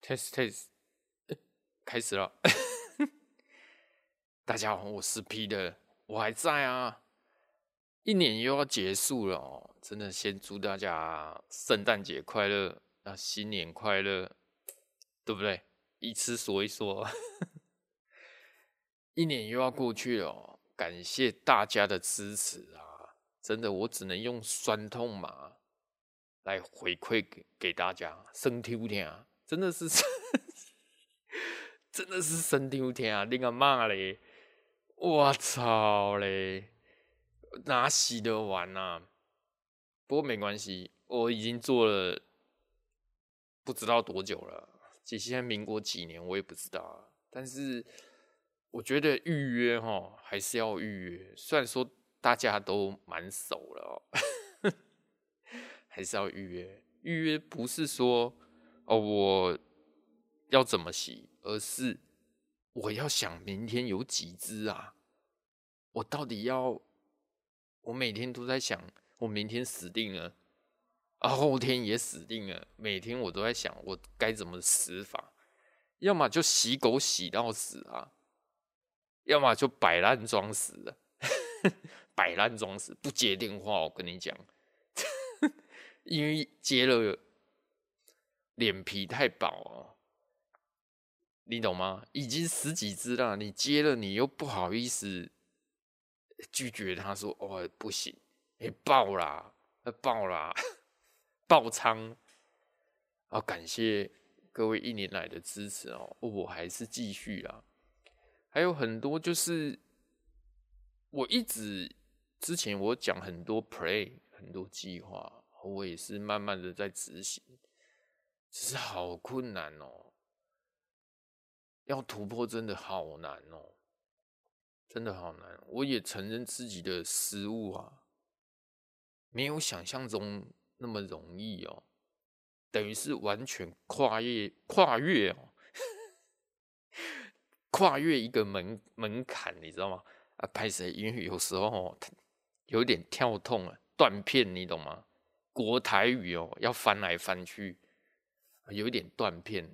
test test，开始了。大家好，我是 Peter，我还在啊。一年又要结束了哦，真的先祝大家圣诞节快乐，新年快乐，对不对？一次说一说，一年又要过去了哦，感谢大家的支持啊！真的，我只能用酸痛嘛来回馈给大家，生听听，真的是。真的是神丢天啊！你个妈嘞！我操嘞！哪洗得完啊？不过没关系，我已经做了不知道多久了。其实现在民国几年我也不知道啊。但是我觉得预约还是要预约，虽然说大家都蛮熟了还是要预约。预约不是说我要怎么洗，而是我要想明天有几只啊？我到底要？我每天都在想，我明天死定了后天也死定了。每天我都在想，我该怎么死法？要么就洗狗洗到死啊，要么就摆烂装死啊。摆烂装死，不接电话。我跟你讲，因为接了脸皮太薄哦。你懂吗？已经十几只了，你接了，你又不好意思拒绝他说：“哦，不行，爆啦，爆啦，爆仓！”好，感谢各位一年来的支持哦，我还是继续啦。还有很多就是我一直之前我讲很多 play 很多计划，我也是慢慢的在执行，只是好困难哦。要突破真的好难哦，真的好难。我也承认自己的失误啊，没有想象中那么容易哦。等于是完全跨越跨越一个门槛，你知道吗？拍谁？因为有时候有点跳痛了，断片，你懂吗？国台语要翻来翻去，有一点断片。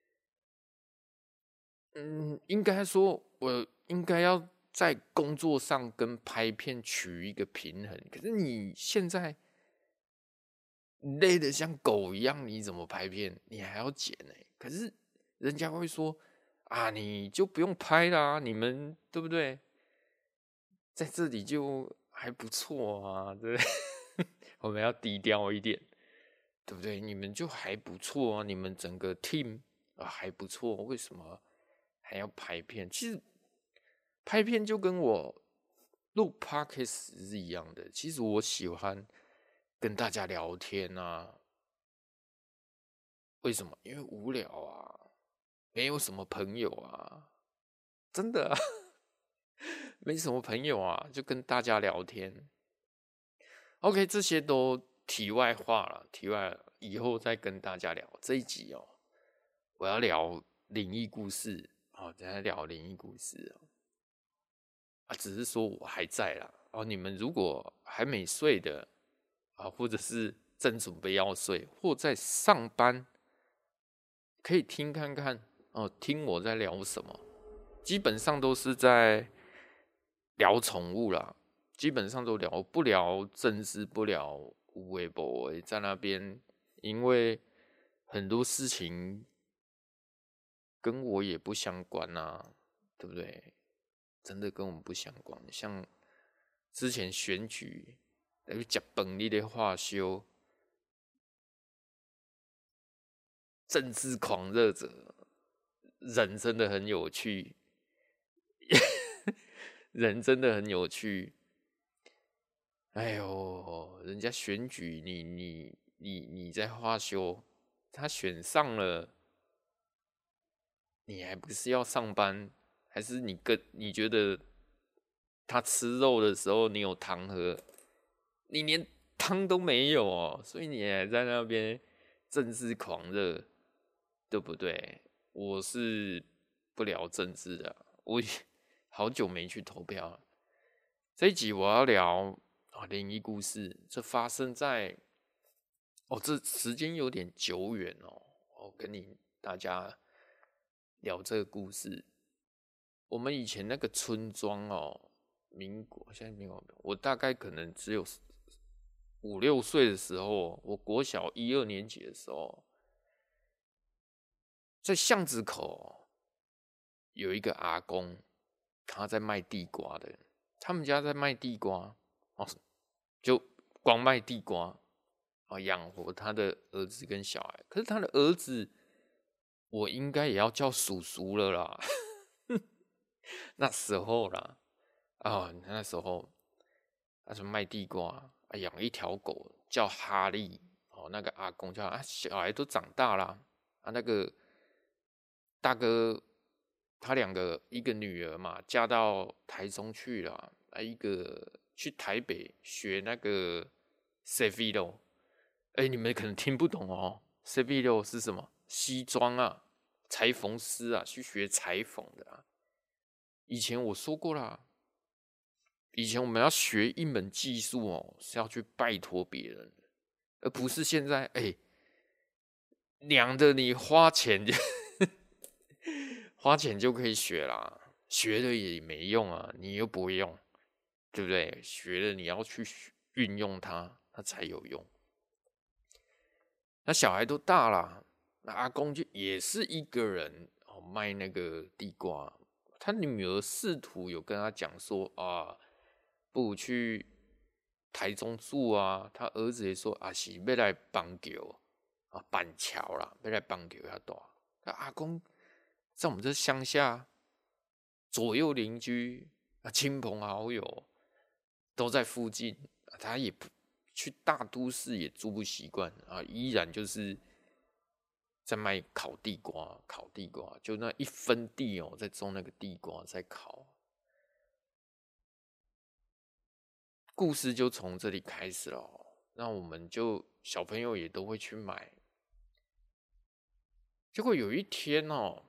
应该说，我应该要在工作上跟拍片取一个平衡。可是你现在累得像狗一样，你怎么拍片？你还要剪可是人家会说啊，你就不用拍啦，你们对不对？在这里就还不错啊，对不对？我们要低调一点，对不对？你们就还不错啊，你们整个 team 还不错，为什么还要拍片？其实拍片就跟我录 podcast 是一样的。其实我喜欢跟大家聊天啊，为什么？因为无聊啊，没有什么朋友啊，真的啊，没什么朋友啊，就跟大家聊天。OK，这些都题外话了，题外了，以后再跟大家聊。这一集我要聊灵异故事等下聊灵异故事只是说我还在啦你们如果还没睡的或者是正准备要睡或在上班，可以听看看听我在聊什么。基本上都是在聊宠物啦，基本上都聊，不聊政治，不聊无微博在那边，因为很多事情跟我也不相关啊，对不对？真的跟我们不相关。像之前选举，吃饭你的话修，政治狂热者，人真的很有趣，人真的很有趣。哎呦，人家选举你在花休，他选上了，你还不是要上班？还是你觉得他吃肉的时候你有汤喝，你连汤都没有所以你还在那边政治狂热，对不对？我是不聊政治的，我好久没去投票了。这一集我要聊灵异故事，这发生在这时间有点久远我跟你大家聊这个故事。我们以前那个村庄哦，现在民国，我大概可能只有5、6岁的时候，我国小1、2年级的时候，在巷子口有一个阿公，他在卖地瓜的，他们家在卖地瓜哦，就光卖地瓜啊，养活他的儿子跟小孩。可是他的儿子，我应该也要叫叔叔了啦，那时候啦，那时候他是卖地瓜，养一条狗叫哈利，哦，那个阿公叫小孩都长大啦，那个大哥他一个女儿嘛，嫁到台中去了，一个去台北学那个 Savilo， 你们可能听不懂哦 ，Savilo 是什么？西装啊，裁缝师啊，去学裁缝的啊。以前我说过啦，以前我们要学一门技术哦，是要去拜托别人的，而不是现在娘的你花钱就花钱就可以学啦，学了也没用啊，你又不会用，对不对？学了你要去运用它，它才有用。那小孩都大了，那阿公就也是一个人卖那个地瓜。他女儿试图有跟他讲说啊，不如去台中住啊。他儿子也说是要来帮救板桥啦，要来帮救遐大。那阿公在我们这乡下，左右邻居亲朋好友都在附近，他也不去大都市也住不习惯依然就是在卖烤地瓜，就那1分地在种那个地瓜在烤。故事就从这里开始了那我们就小朋友也都会去买。结果有一天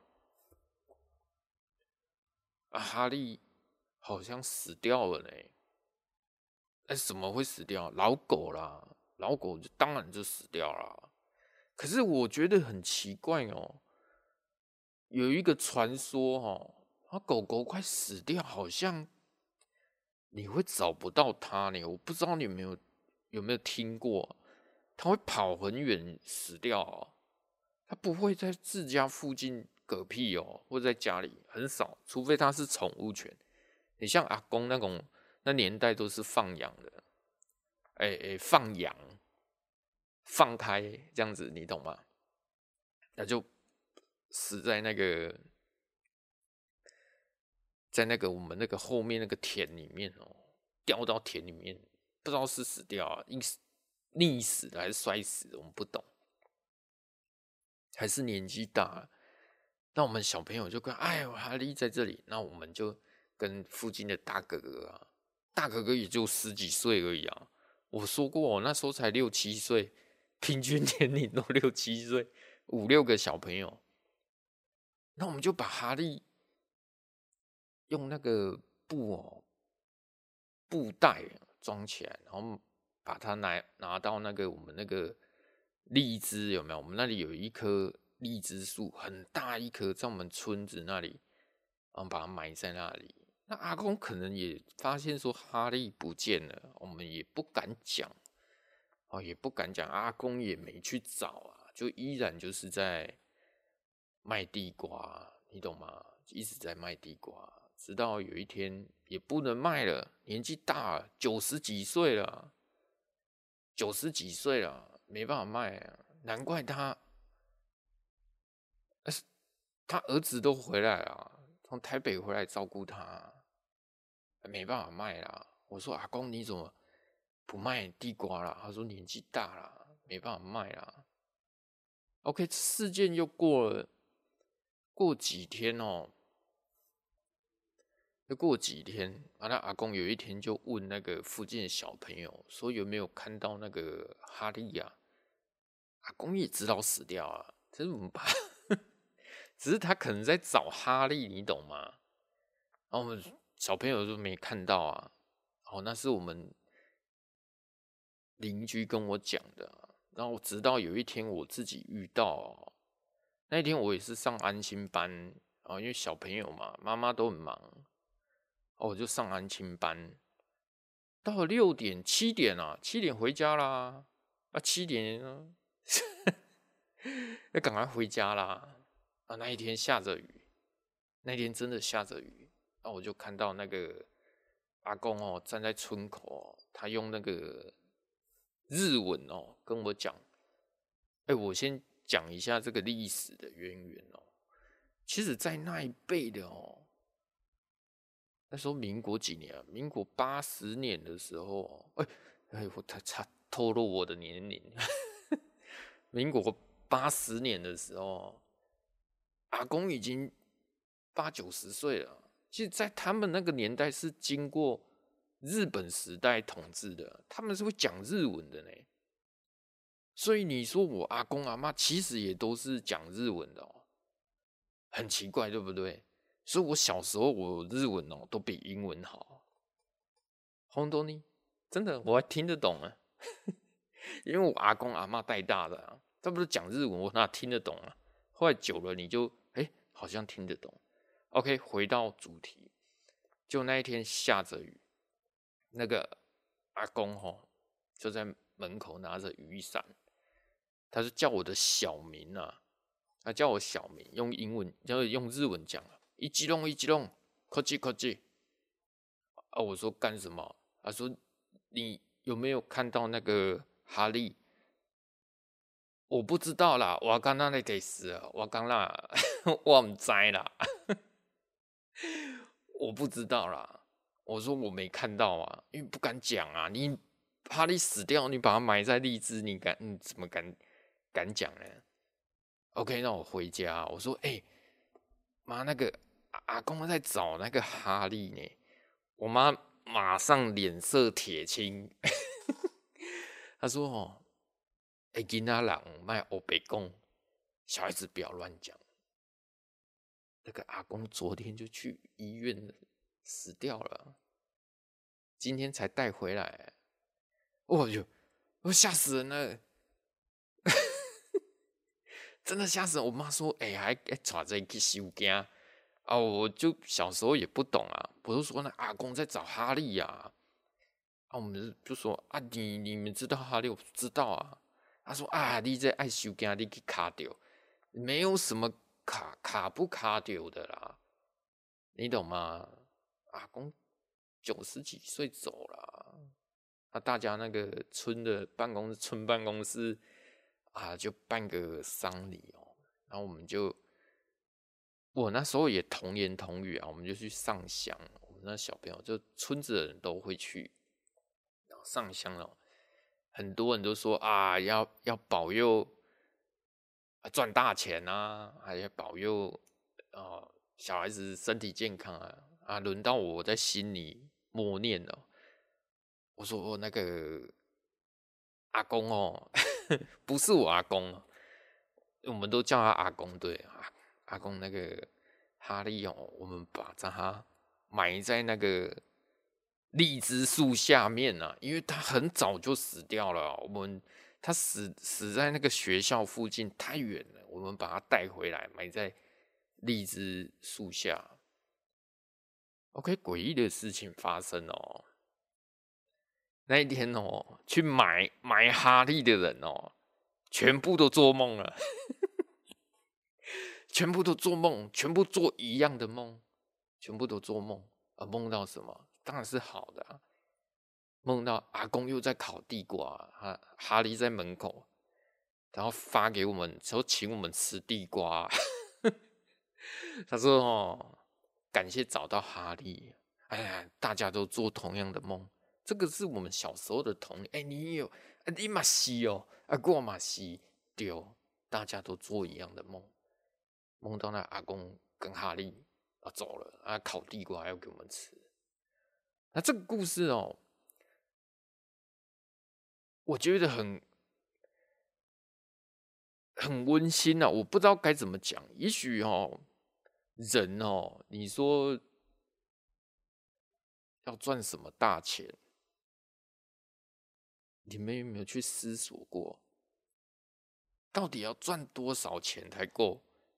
哈利好像死掉了呢。怎么会死掉？老狗啦，老狗当然就死掉了。可是我觉得很奇怪有一个传说狗狗快死掉，好像你会找不到它呢。我不知道你有没有听过，它会跑很远死掉它不会在自家附近嗝屁或者在家里很少，除非它是宠物犬。你像阿公那年代都是放养的，放羊放开这样子，你懂吗？那就死在那个我们那个后面那个田里面掉到田里面，不知道是死掉溺死的还是摔死的，我们不懂，还是年纪大了。那我们小朋友就跟哈利在这里，那我们就跟附近的大哥哥大哥哥也就10几岁而已我说过那时候才6、7岁，平均年龄都6、7岁，5、6个小朋友。那我们就把哈利用那个布袋装起来，然后把它拿到我们那个荔枝有没有？我们那里有一棵荔枝树，很大一棵，在我们村子那里，然后把它埋在那里。那阿公可能也发现说哈利不见了，我们也不敢讲，阿公也没去找就依然就是在卖地瓜，你懂吗？一直在卖地瓜，直到有一天也不能卖了，年纪大了，90几岁了，90几岁了，没办法卖难怪他儿子都回来了，从台北回来照顾他，没办法卖啦。我说阿公你怎么不卖地瓜啦？他说年纪大了，没办法卖啦。OK， 事件又过几天又过几天那阿公有一天就问那个附近的小朋友说有没有看到那个哈利阿公也知道死掉了，这是我们把只是他可能在找哈利，你懂吗？然后我们小朋友就没看到那是我们邻居跟我讲的然后直到有一天我自己遇到那一天我也是上安亲班因为小朋友嘛，妈妈都很忙，我就上安亲班。到了6点、7点啊，7点回家啦。7点呢，要赶快回家啦。那一天下着雨，那天真的下着雨。我就看到那个阿公站在村口他用那个日文跟我讲。我先讲一下这个历史的渊源其实，在那一辈的那时候民国几年啊？民国80年的时候我透露我的年龄。民国80年的时候，阿公已经80、90岁了。其实，在他们那个年代是经过日本时代统治的，他们是会讲日文的呢。所以你说我阿公阿嬷其实也都是讲日文的很奇怪，对不对？所以我小时候我日文都比英文好。红豆泥真的我还听得懂啊。因为我阿公阿嬷带大的啊，他不是讲日文，我哪听得懂啊？后来久了，你就好像听得懂。OK， 回到主题，就那一天下着雨，那个阿公就在门口拿着雨伞，他是叫我的小名啊，他叫我小名，用英文用日文讲一吉隆一吉隆，科技科技。我说干什么？他说你有没有看到那个哈利？我不知道啦，我刚那得死，我刚那我不知啦。我不知道啦。我说我没看到啊，因为不敢讲啊。你哈利死掉，你把他埋在荔枝，你怎么敢讲呢？OK， 那我回家，我说妈，那个阿公在找那个哈利呢。我妈马上脸色铁青。她说囡仔人卖欧北公，小孩子不要乱讲。那个阿公昨天就去医院了，死掉了，今天才带回来。我吓死人了。真的吓死人！我妈说还带这去收惊我就小时候也不懂啊，我就说那阿公在找哈利啊。我们就说你们知道哈利？我不知道啊。他说你这爱收惊，你去卡掉，没有什么卡不卡掉的啦，你懂吗？阿公90几岁走了，大家那个村办公室就办个丧礼然后我那时候也童言童语我们就去上香，我们那小朋友就村子的人都会去，然后上香很多人都说要保佑赚大钱还要保佑小孩子身体健康轮到我在心里默念了，我说那个阿公不是我阿公我们都叫他阿公，对阿公那个哈利我们把他埋在那个荔枝树下面因为他很早就死掉了，他死在那个学校附近太远了，我们把他带回来埋在荔枝树下。OK， 诡异的事情发生那一天去买哈利的人全部都做梦了。全部都做梦，全部做一样的梦，全部都做梦梦到什么？当然是好的梦到阿公又在烤地瓜哈利在门口，然后发给我们说请我们吃地瓜。他说感谢找到哈利。大家都做同样的梦，这个是我们小时候的童年。你有你嘛是我嘛是，对，大家都做一样的梦，梦到那阿公跟哈利走了烤地瓜要给我们吃。那这个故事我觉得很温馨我不知道该怎么讲。也许人你说要赚什么大钱，你们有没有去思索过，到底要赚多少钱才够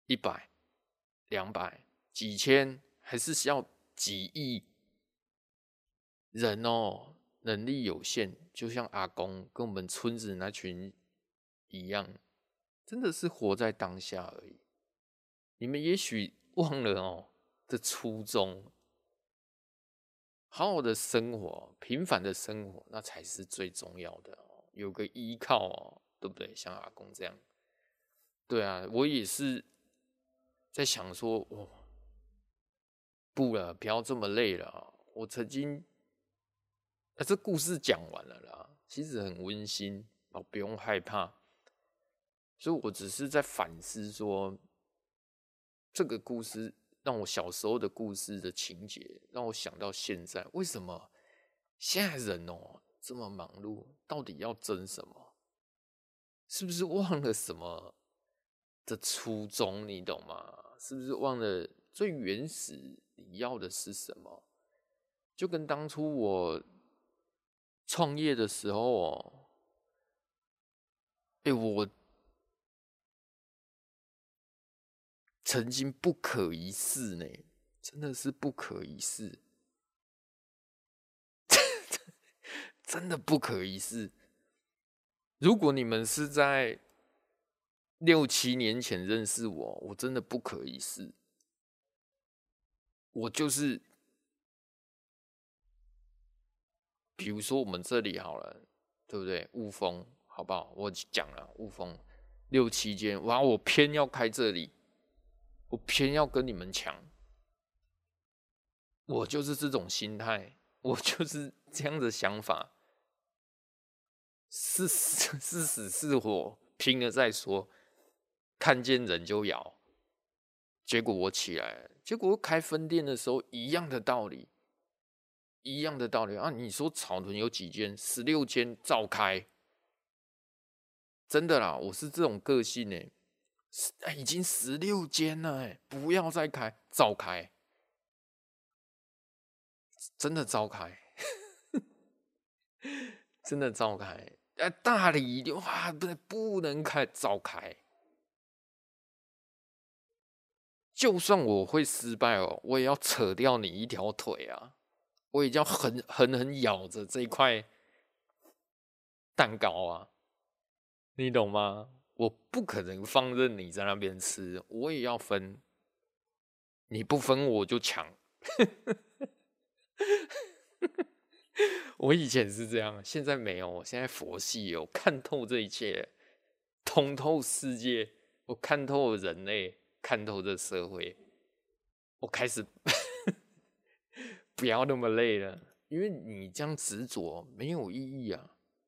100、200、几千，还是要几亿人哦？能力有限，就像阿公跟我们村子那群一样，真的是活在当下而已。你们也许忘了哦，这初衷。好好的生活，平凡的生活，那才是最重要的哦。有个依靠哦，对不对？像阿公这样，对啊，我也是在想说，哦，不了，不要这么累了啊。我曾经，这故事讲完了啦，其实很温馨哦，不用害怕。所以我只是在反思说，这个故事让我小时候的故事的情节，让我想到现在，为什么现在人哦这么忙碌，到底要争什么？是不是忘了什么的初衷？你懂吗？是不是忘了最原始你要的是什么？就跟当初我创业的时候哦，我曾经不可一世呢，真的是不可一世，真的不可一世。如果你们是在6、7年前认识我，我真的不可一世。我就是，比如说我们这里好了，对不对？雾峰，好不好？我讲了雾峰6、7间，哇，我偏要开这里，我偏要跟你们抢，我就是这种心态，我就是这样的想法，是死是活，拼了再说，看见人就咬。结果我起来了，结果开分店的时候一样的道理，一样的道理啊！你说草屯有几间？16间照开，真的啦，我是这种个性已经16间了不要再开，照开，真的照开，真的照开。大理哇，不能开，照开。就算我会失败哦，我也要扯掉你一条腿啊！我也要狠狠咬着这一块蛋糕啊！你懂吗？我不可能放任你在那边吃，我也要分。你不分我就抢。我以前是这样，现在没有。我现在佛系哦，看透这一切，通透世界，我看透人类，看透这社会。我开始不要那么累了，因为你这样执着没有意义啊。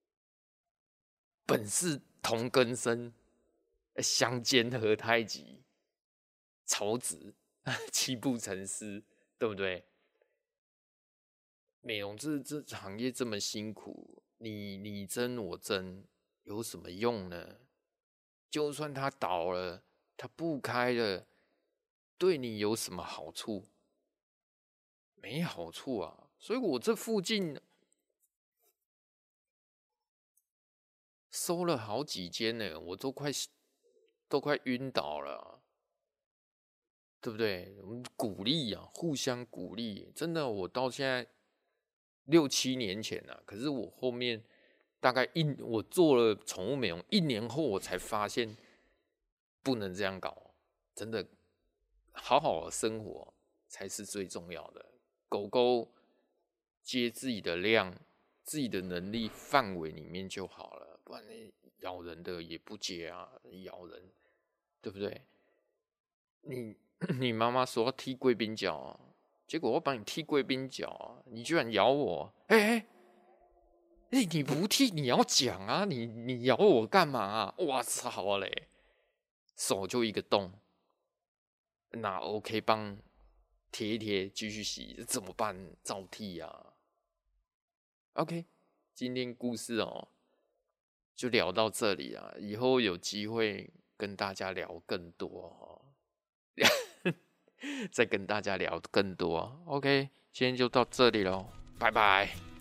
本是同根生，相煎何太急？曹植七步成诗，对不对？美容这行业这么辛苦，你争我争，有什么用呢？就算它倒了，它不开了，对你有什么好处？没好处啊！所以我这附近收了好几间呢，我都快晕倒了啊，对不对？我们鼓励啊，互相鼓励。真的，我到现在6、7年前啊，可是我后面大概我做了宠物美容1年后，我才发现不能这样搞。真的，好好的生活才是最重要的。狗狗接自己的量、自己的能力范围里面就好了，不然你咬人的也不接啊，咬人，对不对？你妈妈说要踢贵宾脚啊，结果我帮你踢贵宾脚啊，你居然咬我！你不踢你要讲啊，你咬我干嘛啊？我操嘞，手就一个洞，拿 OK 棒贴一贴，继续洗，怎么办？照踢啊！OK，今天故事哦就聊到这里啊，以后有机会跟大家聊更多哦。再跟大家聊更多。OK，今天就到这里喽，拜拜。